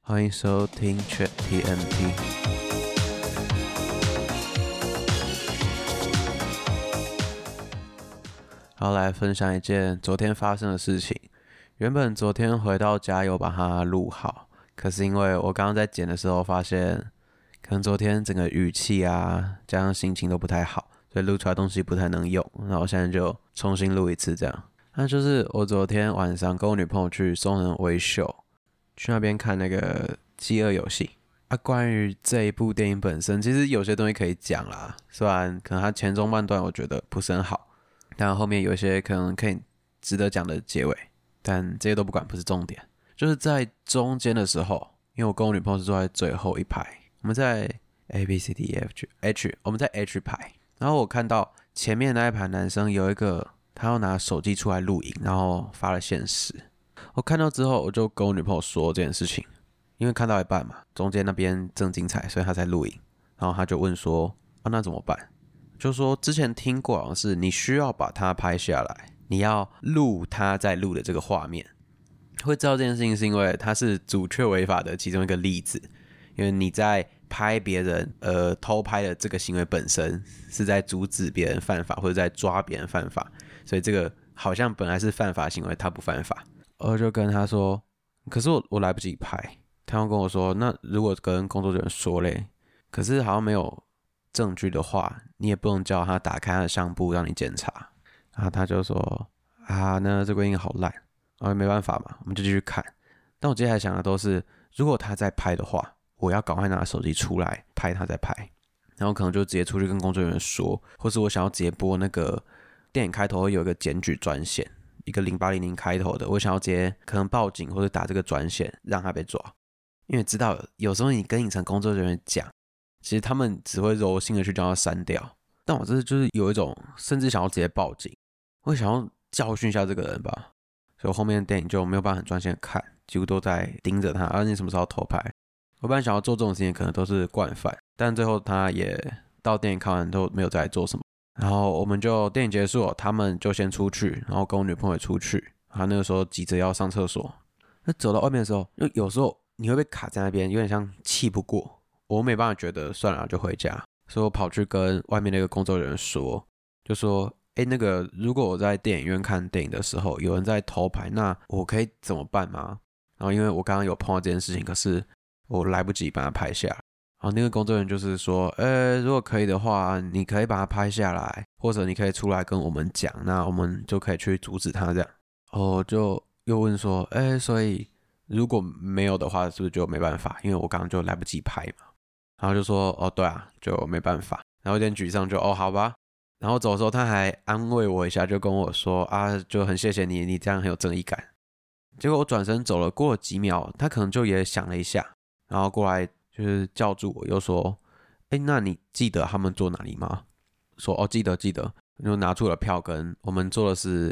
欢迎收听 ChatTMT。好，来分享一件昨天发生的事情。原本昨天回到家有把它录好，可是因为我刚刚在剪的时候发现，可能昨天整个语气啊，加上心情都不太好，所以录出来的东西不太能用。那我现在就重新录一次这样。那就是我昨天晚上跟我女朋友去松仁威秀，去那边看那个饥饿游戏啊。关于这一部电影本身，其实有些东西可以讲啦，虽然可能它前中半段我觉得不是很好，但后面有一些可能可以值得讲的结尾，但这些都不管，不是重点。就是在中间的时候，因为我跟我女朋友是坐在最后一排，我们在 A B C D E F G H， 我们在 H 排，然后我看到前面那一排男生有一个他要拿手机出来录影，然后发了限时。我看到之后，我就跟我女朋友说这件事情，因为看到一半嘛，中间那边正精彩，所以他在录影，然后他就问说：“啊，那怎么办？”就说之前听过，好像是你需要把它拍下来，你要录他在录的这个画面。会知道这件事情是因为它是阻却违法的其中一个例子，因为你在拍别人偷拍的这个行为本身是在阻止别人犯法，或者在抓别人犯法，所以这个好像本来是犯法行为，他不犯法。我就跟他说，可是我来不及拍。他又跟我说，那如果跟工作人员说嘞，可是好像没有证据的话，你也不能叫他打开他的相簿让你检查。然后他就说啊，那这规定好烂，然后没办法嘛，我们就继续看。但我接下来想的都是，如果他在拍的话，我要赶快拿手机出来拍他在拍，然后可能就直接出去跟工作人员说，或是我想要直接播那个电影开头会有一个检举专线，一个0800开头的，我想要直接可能报警或者打这个专线让他被抓。因为知道有时候你跟影城工作人员讲，其实他们只会柔性的去将它删掉，但我这次就是有一种甚至想要直接报警，我想要教训一下这个人吧，所以我后面的电影就没有办法很专心的看，几乎都在盯着他，你什么时候偷拍？我本来想要做这种事情可能都是惯犯，但最后他也到电影看完都没有再做什么。然后我们就电影结束了，他们就先出去，然后跟我女朋友也出去，他那个时候急着要上厕所，那走到外面的时候，有时候你会被卡在那边，有点像气不过，我没办法，觉得算了就回家，所以我跑去跟外面那个工作人员说，就说那个如果我在电影院看电影的时候有人在偷拍，那我可以怎么办吗？然后因为我刚刚有碰到这件事情，可是我来不及把它拍下来。然后那个工作人员就是说，如果可以的话，你可以把它拍下来，或者你可以出来跟我们讲，那我们就可以去阻止他这样。我就又问说，所以如果没有的话，是不是就没办法？因为我刚刚就来不及拍嘛。然后就说，对啊，就没办法。然后有点沮丧，就好吧。然后走的时候他还安慰我一下，就跟我说啊，就很谢谢你，你这样很有正义感。结果我转身走了，过了几秒，他可能就也想了一下，然后过来就是叫住我，又说，那你记得他们坐哪里吗？说记得，就拿出了票根，我们坐的是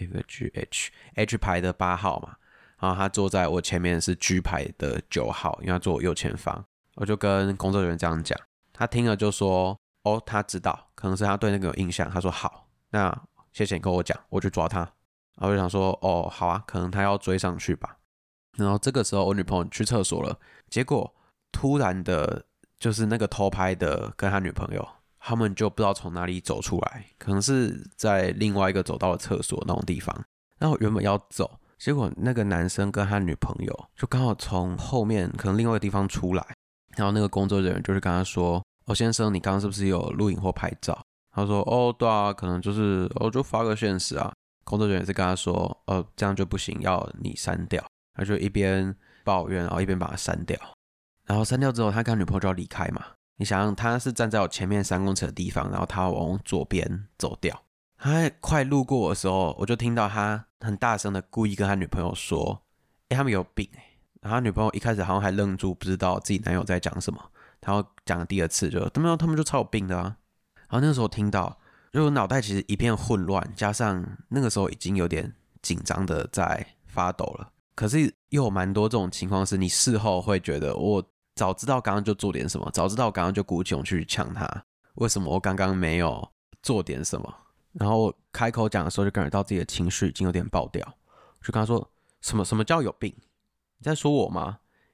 H 排的8号嘛，然后他坐在我前面是 G 排的9号，因为他坐我右前方。我就跟工作人员这样讲，他听了就说，他知道，可能是他对那个有印象，他说好，那谢谢你跟我讲，我去抓他。然后我就想说，好啊，可能他要追上去吧。然后这个时候我女朋友去厕所了，结果突然的就是那个偷拍的跟他女朋友，他们就不知道从哪里走出来，可能是在另外一个走到了厕所那种地方。然后我原本要走，结果那个男生跟他女朋友就刚好从后面可能另外一个地方出来，然后那个工作人员就是跟他说，先生，你刚刚是不是有录影或拍照？他说，对啊，可能就是就发个限时啊。工作人员是跟他说，这样就不行，要你删掉。他就一边抱怨，然后一边把它删掉。然后删掉之后，他跟他女朋友就要离开嘛。你想想，他是站在我前面3公尺的地方，然后他往左边走掉。他快路过我的时候，我就听到他很大声的故意跟他女朋友说，他们有病然后他女朋友一开始好像还愣住，不知道自己男友在讲什么。他要讲第2次就，他们就超有病的啊。然后那个时候听到，就我脑袋其实一片混乱，加上那个时候已经有点紧张的在发抖了。可是又有蛮多这种情况是你事后会觉得，我早知道刚刚就做点什么，早知道刚刚就鼓起勇气去呛他，为什么我刚刚没有做点什么？然后我开口讲的时候就感觉到自己的情绪已经有点爆掉，就跟他说，什么叫有病？你在说我吗？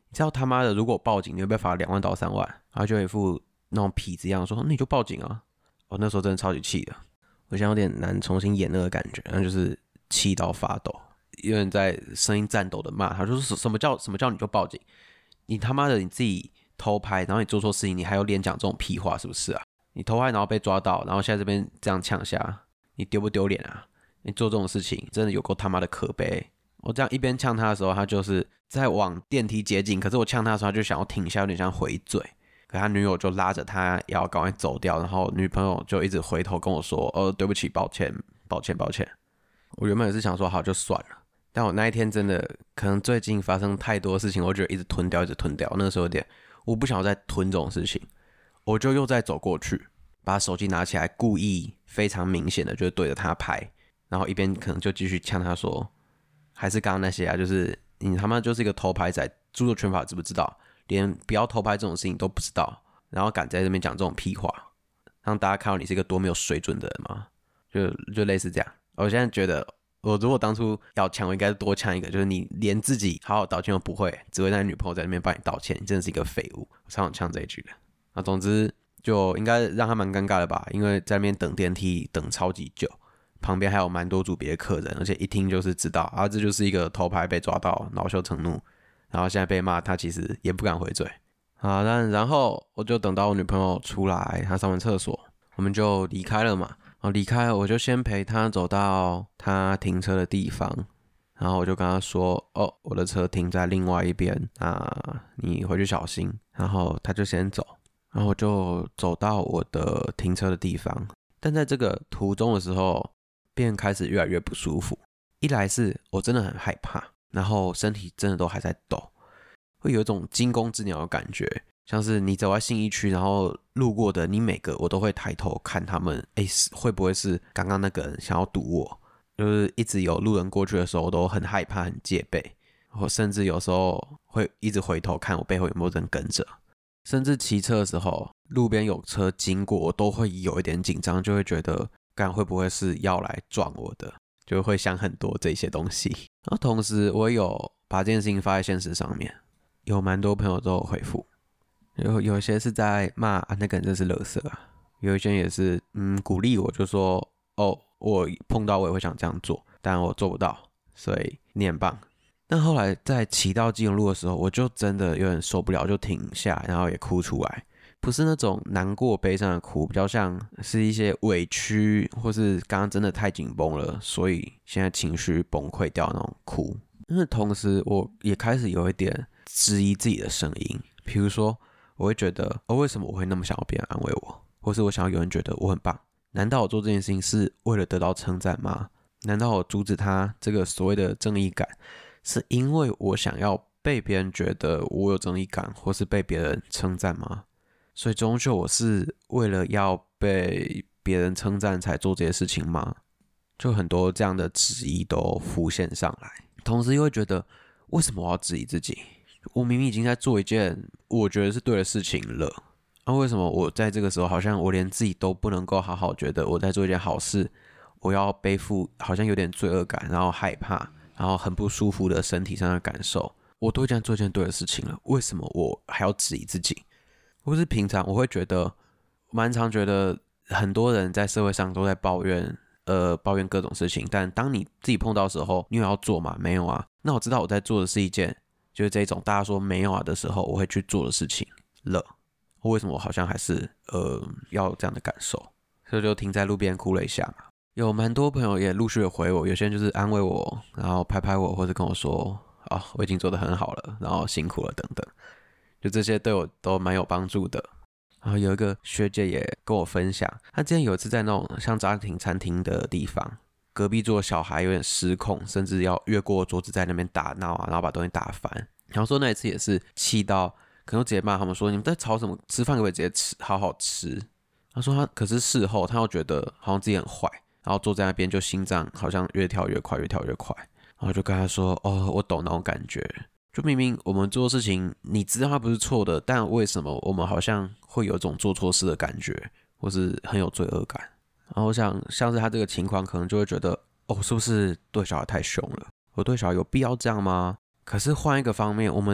你知道他妈的，如果我报警，你会被罚2万到3万，然后就有一副那种痞子一样说，那你就报警啊！我那时候真的超级气的，我现在有点难重新演那个感觉，然后就是气到发抖，有人在声音颤抖的骂他，就是什么叫你就报警？你他妈的你自己偷拍，然后你做错事情，你还有脸讲这种屁话是不是啊？你偷拍然后被抓到，然后现在这边这样呛下，你丢不丢脸啊？你做这种事情真的有够他妈的可悲。我这样一边呛他的时候，他就是在往电梯接近，可是我呛他的时候，他就想要停下，有点像回嘴。可他女友就拉着他要赶快走掉，然后女朋友就一直回头跟我说：“对不起，抱歉。”我原本也是想说好就算了，但我那一天真的可能最近发生太多事情，我觉得一直吞掉。那个时候有点我不想再吞这种事情，我就又再走过去，把手机拿起来，故意非常明显的就是对着他拍，然后一边可能就继续呛他说。还是刚刚那些啊，就是你他妈就是一个偷拍仔，著作权法知不知道？连不要偷拍这种事情都不知道，然后敢在这边讲这种屁话，让大家看到你是一个多没有水准的人吗？就类似这样。我现在觉得，我如果当初要呛，我应该多呛一个，就是你连自己好好道歉都不会，只会让你女朋友在那边帮你道歉，你真的是一个废物。我超想呛这一句的。那总之就应该让他蛮尴尬的吧，因为在那边等电梯等超级久。旁边还有蛮多组别的客人，而且一听就是知道啊，这就是一个偷拍被抓到，恼羞成怒，然后现在被骂，他其实也不敢回嘴。好，然后我就等到我女朋友出来，她上完厕所，我们就离开了嘛。离开了，我就先陪她走到她停车的地方，然后我就跟她说：“我的车停在另外一边，你回去小心。”然后她就先走，然后我就走到我的停车的地方，但在这个途中的时候。便开始越来越不舒服，一来是我真的很害怕，然后身体真的都还在抖，会有一种惊弓之鸟的感觉，像是你走在信义区，然后路过的你每个我都会抬头看他们，会不会是刚刚那个人想要堵我？就是一直有路人过去的时候，我都很害怕、很戒备，我甚至有时候会一直回头看我背后有没有人跟着，甚至骑车的时候，路边有车经过，我都会有一点紧张，就会觉得。会不会是要来撞我的，就会想很多这些东西。然后同时我有把这件事情发在现实上面，有蛮多朋友都有回复，有一些是在骂那个人真是垃圾啊，有一些也是鼓励我，就说我碰到我也会想这样做，但我做不到，所以你很棒。但后来在骑到基隆路的时候，我就真的有点受不了，就停下，然后也哭出来。不是那种难过悲伤的哭，比较像是一些委屈，或是刚刚真的太紧绷了，所以现在情绪崩溃掉那种哭。但是同时我也开始有一点质疑自己的声音，比如说我会觉得为什么我会那么想要别人安慰我，或是我想要有人觉得我很棒？难道我做这件事情是为了得到称赞吗？难道我阻止他这个所谓的正义感，是因为我想要被别人觉得我有正义感，或是被别人称赞吗？所以终究我是为了要被别人称赞才做这些事情吗？就很多这样的质疑都浮现上来，同时又会觉得为什么我要质疑自己？我明明已经在做一件我觉得是对的事情了，为什么我在这个时候好像我连自己都不能够好好觉得我在做一件好事，我要背负好像有点罪恶感，然后害怕，然后很不舒服的身体上的感受，我都已经做一件对的事情了，为什么我还要质疑自己？或是平常我会觉得蛮常觉得很多人在社会上都在抱怨各种事情，但当你自己碰到的时候，你有要做吗？没有啊。那我知道我在做的是一件就是这种大家说没有啊的时候我会去做的事情了，为什么我好像还是要有这样的感受？所以就停在路边哭了一下嘛。有蛮多朋友也陆续的回我，有些人就是安慰我，然后拍拍我，或者跟我说我已经做得很好了，然后辛苦了等等。就这些对我都蛮有帮助的。然后有一个学姐也跟我分享，她之前有一次在那种像家庭餐厅的地方，隔壁桌的小孩有点失控，甚至要越过桌子在那边打闹然后把东西打翻。然后说那一次也是气到，可能直接骂他们说：“你们在吵什么？吃饭可不可以直接吃，好好吃？”他说可是事后他又觉得好像自己很坏，然后坐在那边就心脏好像越跳越快，越跳越快。然后就跟他说：“我懂那种感觉。”就明明我们做事情你知道它不是错的，但为什么我们好像会有一种做错事的感觉，或是很有罪恶感？然后我想像是他这个情况，可能就会觉得是不是对小孩太凶了？我对小孩有必要这样吗？可是换一个方面，我们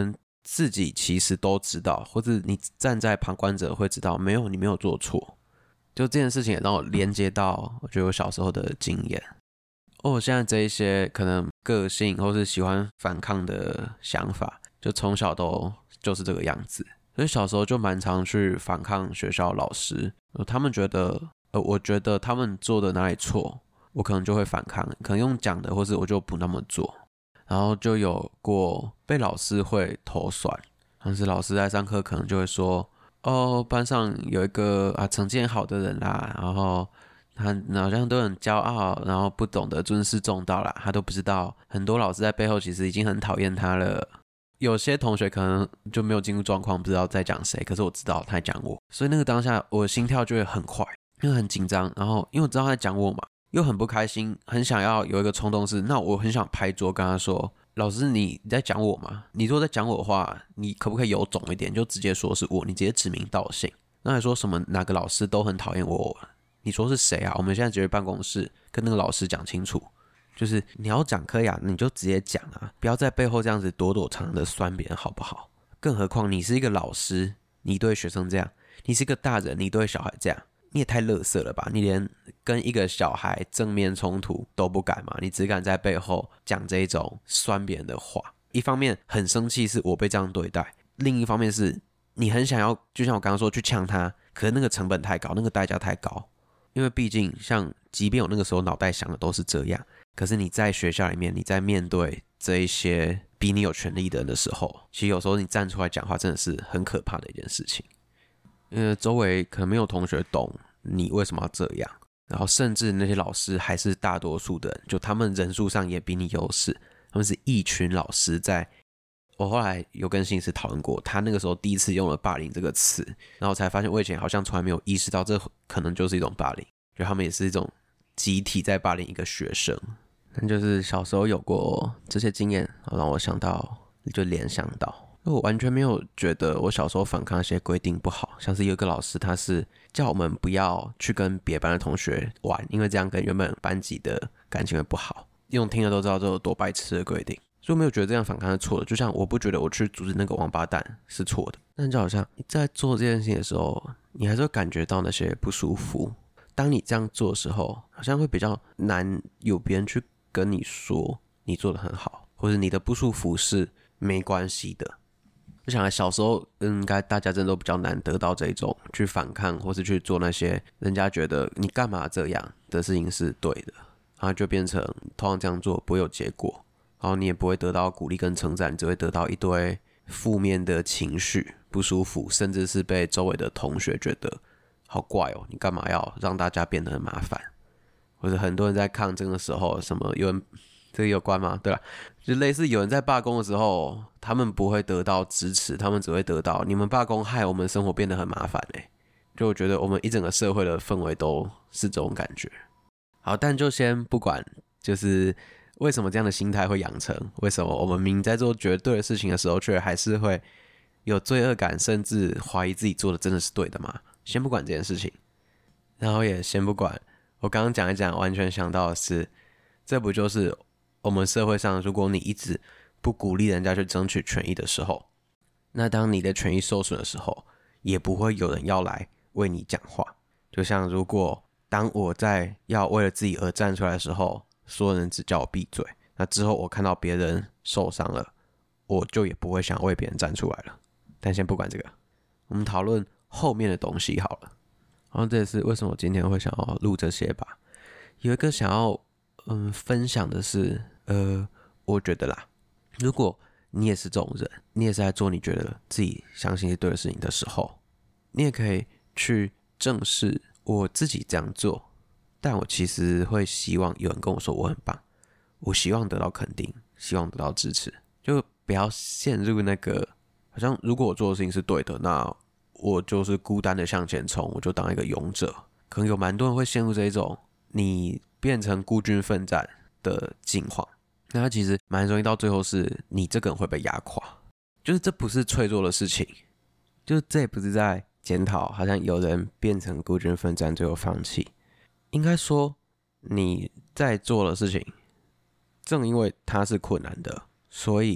自己其实都知道，或者你站在旁观者会知道，没有，你没有做错。就这件事情也让我连接到我觉得我小时候的经验。我现在这一些可能个性或是喜欢反抗的想法，就从小都就是这个样子。所以小时候就蛮常去反抗学校老师，他们觉得我觉得他们做的哪里错，我可能就会反抗，可能用讲的，或是我就不那么做。然后就有过被老师会投酸，像是老师在上课可能就会说，班上有一个成绩很好的人啦，然后他好像都很骄傲，然后不懂得尊师重道啦，他都不知道很多老师在背后其实已经很讨厌他了。有些同学可能就没有进入状况，不知道在讲谁，可是我知道他在讲我，所以那个当下我的心跳就会很快，因为很紧张，然后因为我知道他在讲我嘛，又很不开心，很想要有一个冲动是，那我很想拍桌跟他说，老师你在讲我吗？你如果在讲我的话，你可不可以有种一点，就直接说是我，你直接指名道姓。那你说什么哪个老师都很讨厌我，你说是谁啊？我们现在直接办公室跟那个老师讲清楚。就是你要讲可以啊，你就直接讲啊，不要在背后这样子躲躲藏藏的酸别人好不好？更何况你是一个老师，你对学生这样，你是一个大人，你对小孩这样，你也太垃圾了吧？你连跟一个小孩正面冲突都不敢嘛？你只敢在背后讲这种酸别人的话。一方面很生气是我被这样对待，另一方面是你很想要，就像我刚刚说去呛他，可是那个成本太高，那个代价太高。因为毕竟像即便我那个时候脑袋想的都是这样，可是你在学校里面，你在面对这一些比你有权利的人的时候，其实有时候你站出来讲话真的是很可怕的一件事情。因为周围可能没有同学懂你为什么要这样，然后甚至那些老师还是大多数的人，就他们人数上也比你优势，他们是一群老师在。我后来有跟心理师讨论过，他那个时候第一次用了霸凌这个词，然后才发现我以前好像从来没有意识到这可能就是一种霸凌，就他们也是一种集体在霸凌一个学生。但就是小时候有过这些经验，让我想到就联想到，我完全没有觉得我小时候反抗一些规定不好，像是有一个老师他是叫我们不要去跟别班的同学玩，因为这样跟原本班级的感情会不好，用听了都知道这有多白痴的规定。所以我没有觉得这样反抗是错的，就像我不觉得我去阻止那个王八蛋是错的，但就好像你在做这件事情的时候，你还是会感觉到那些不舒服。当你这样做的时候，好像会比较难有别人去跟你说你做得很好，或者你的不舒服是没关系的。我想小时候应该大家真的都比较难得到这种去反抗或是去做那些人家觉得你干嘛这样的事情是对的，然后就变成通常这样做不会有结果，然后你也不会得到鼓励跟称赞，你只会得到一堆负面的情绪，不舒服，甚至是被周围的同学觉得好怪哦，你干嘛要让大家变得很麻烦？或者很多人在抗争的时候，什么有人这个有关吗？对吧？就类似有人在罢工的时候，他们不会得到支持，他们只会得到你们罢工害我们生活变得很麻烦欸。就我觉得我们一整个社会的氛围都是这种感觉。好，但就先不管，就是为什么这样的心态会养成？为什么我们明明在做绝对的事情的时候，却还是会有罪恶感，甚至怀疑自己做的真的是对的吗？先不管这件事情，然后也先不管我刚刚讲一讲，完全想到的是，这不就是我们社会上，如果你一直不鼓励人家去争取权益的时候，那当你的权益受损的时候，也不会有人要来为你讲话。就像如果当我在要为了自己而站出来的时候，所有人只叫我闭嘴，那之后我看到别人受伤了，我就也不会想为别人站出来了。但先不管这个，我们讨论后面的东西好了。然后这也是为什么我今天会想要录这些吧。有一个想要分享的是，我觉得啦，如果你也是这种人，你也是在做你觉得自己相信是对的事情的时候，你也可以去正视我自己这样做，但我其实会希望有人跟我说我很棒，我希望得到肯定，希望得到支持，就不要陷入那个好像如果我做的事情是对的，那我就是孤单的向前冲，我就当一个勇者。可能有蛮多人会陷入这一种你变成孤军奋战的境况，那它其实蛮容易到最后是你这个人会被压垮。就是这不是脆弱的事情，就是这也不是在检讨好像有人变成孤军奋战最后放弃，应该说你在做的事情正因为它是困难的，所以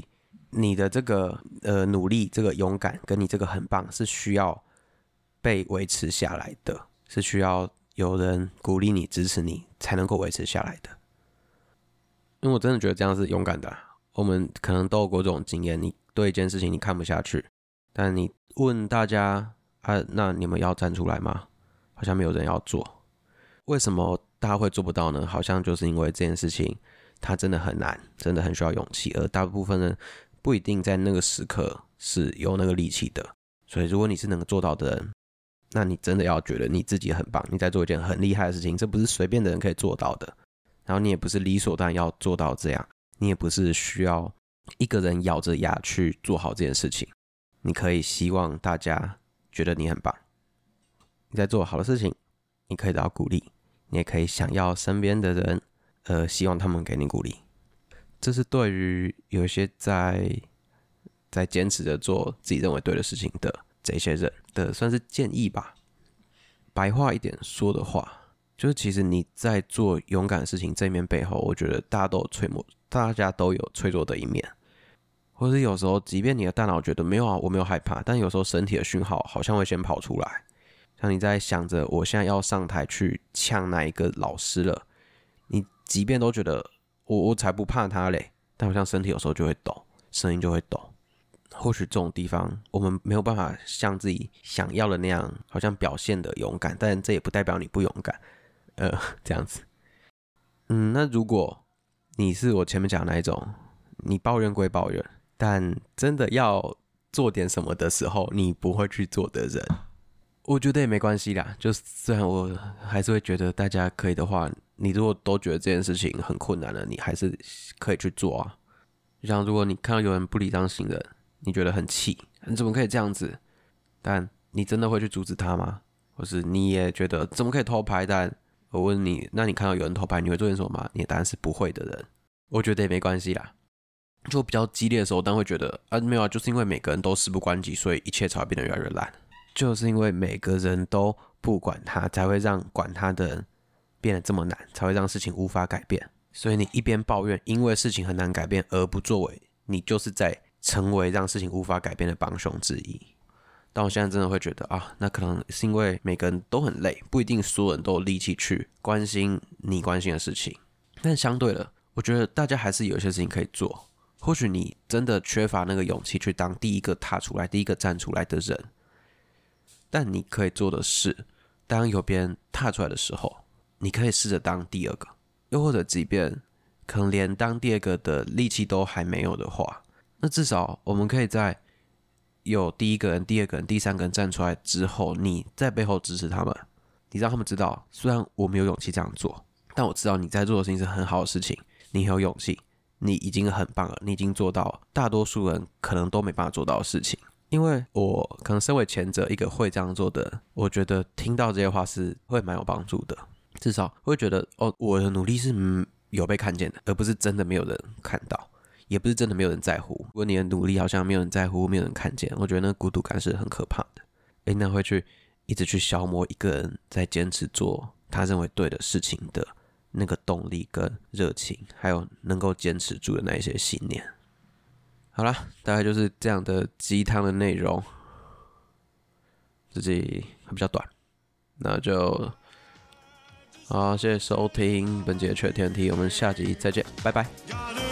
你的这个努力、这个勇敢跟你这个很棒是需要被维持下来的，是需要有人鼓励你、支持你才能够维持下来的。因为我真的觉得这样是勇敢的我们可能都有过这种经验，你对一件事情你看不下去，但你问大家那你们要站出来吗？好像没有人要做。为什么大家会做不到呢？好像就是因为这件事情它真的很难，真的很需要勇气，而大部分人不一定在那个时刻是有那个力气的。所以如果你是能够做到的人，那你真的要觉得你自己很棒，你在做一件很厉害的事情，这不是随便的人可以做到的。然后你也不是理所当然要做到这样，你也不是需要一个人咬着牙去做好这件事情。你可以希望大家觉得你很棒，你在做好的事情，你可以得到鼓励，你也可以想要身边的人希望他们给你鼓励。这是对于有一些在坚持着做自己认为对的事情的这些人的算是建议吧。白话一点说的话，就是其实你在做勇敢的事情这一面背后，我觉得大家都有脆弱的一面，或是有时候即便你的大脑觉得没有我没有害怕，但有时候身体的讯号好像会先跑出来，像你在想着我现在要上台去呛哪一个老师了，你即便都觉得我才不怕他嘞，但好像身体有时候就会抖，声音就会抖。或许这种地方我们没有办法像自己想要的那样好像表现的勇敢，但这也不代表你不勇敢这样子。那如果你是我前面讲的那一种，你抱怨归抱怨，但真的要做点什么的时候你不会去做的人，我觉得也没关系啦。就虽然我还是会觉得大家可以的话，你如果都觉得这件事情很困难了，你还是可以去做啊。就像如果你看到有人不礼让行人，你觉得很气，你怎么可以这样子？但你真的会去阻止他吗？或是你也觉得怎么可以偷拍？但我问你，那你看到有人偷拍，你会做点什么吗？你的答案是不会的人。我觉得也没关系啦。就比较激烈的时候，当然会觉得没有就是因为每个人都事不关己，所以一切才会变得越来越烂。就是因为每个人都不管他，才会让管他的人变得这么难，才会让事情无法改变。所以你一边抱怨因为事情很难改变而不作为，你就是在成为让事情无法改变的帮凶之一。但我现在真的会觉得那可能是因为每个人都很累，不一定所有人都有力气去关心你关心的事情。但相对的，我觉得大家还是有一些事情可以做。或许你真的缺乏那个勇气去当第一个踏出来、第一个站出来的人，但你可以做的是，当有别人踏出来的时候，你可以试着当第二个。又或者即便可能连当第二个的力气都还没有的话，那至少我们可以在有第一个人、第二个人、第三个人站出来之后，你在背后支持他们，你让他们知道，虽然我没有勇气这样做，但我知道你在做的事情是很好的事情，你很有勇气，你已经很棒了，你已经做到大多数人可能都没办法做到的事情。因为我可能身为前者一个会这样做的人，我觉得听到这些话是会蛮有帮助的，至少会觉得我的努力是有被看见的，而不是真的没有人看到，也不是真的没有人在乎。如果你的努力好像没有人在乎，没有人看见，我觉得那个孤独感是很可怕的。那会一直去消磨一个人在坚持做他认为对的事情的那个动力跟热情，还有能够坚持住的那一些信念。好啦，大概就是这样的鸡汤的内容，自己比较短，那就好，谢谢收听本集的缺天梯，我们下集再见，拜拜。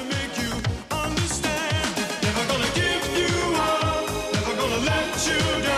Never gonna give you up, never gonna let you down.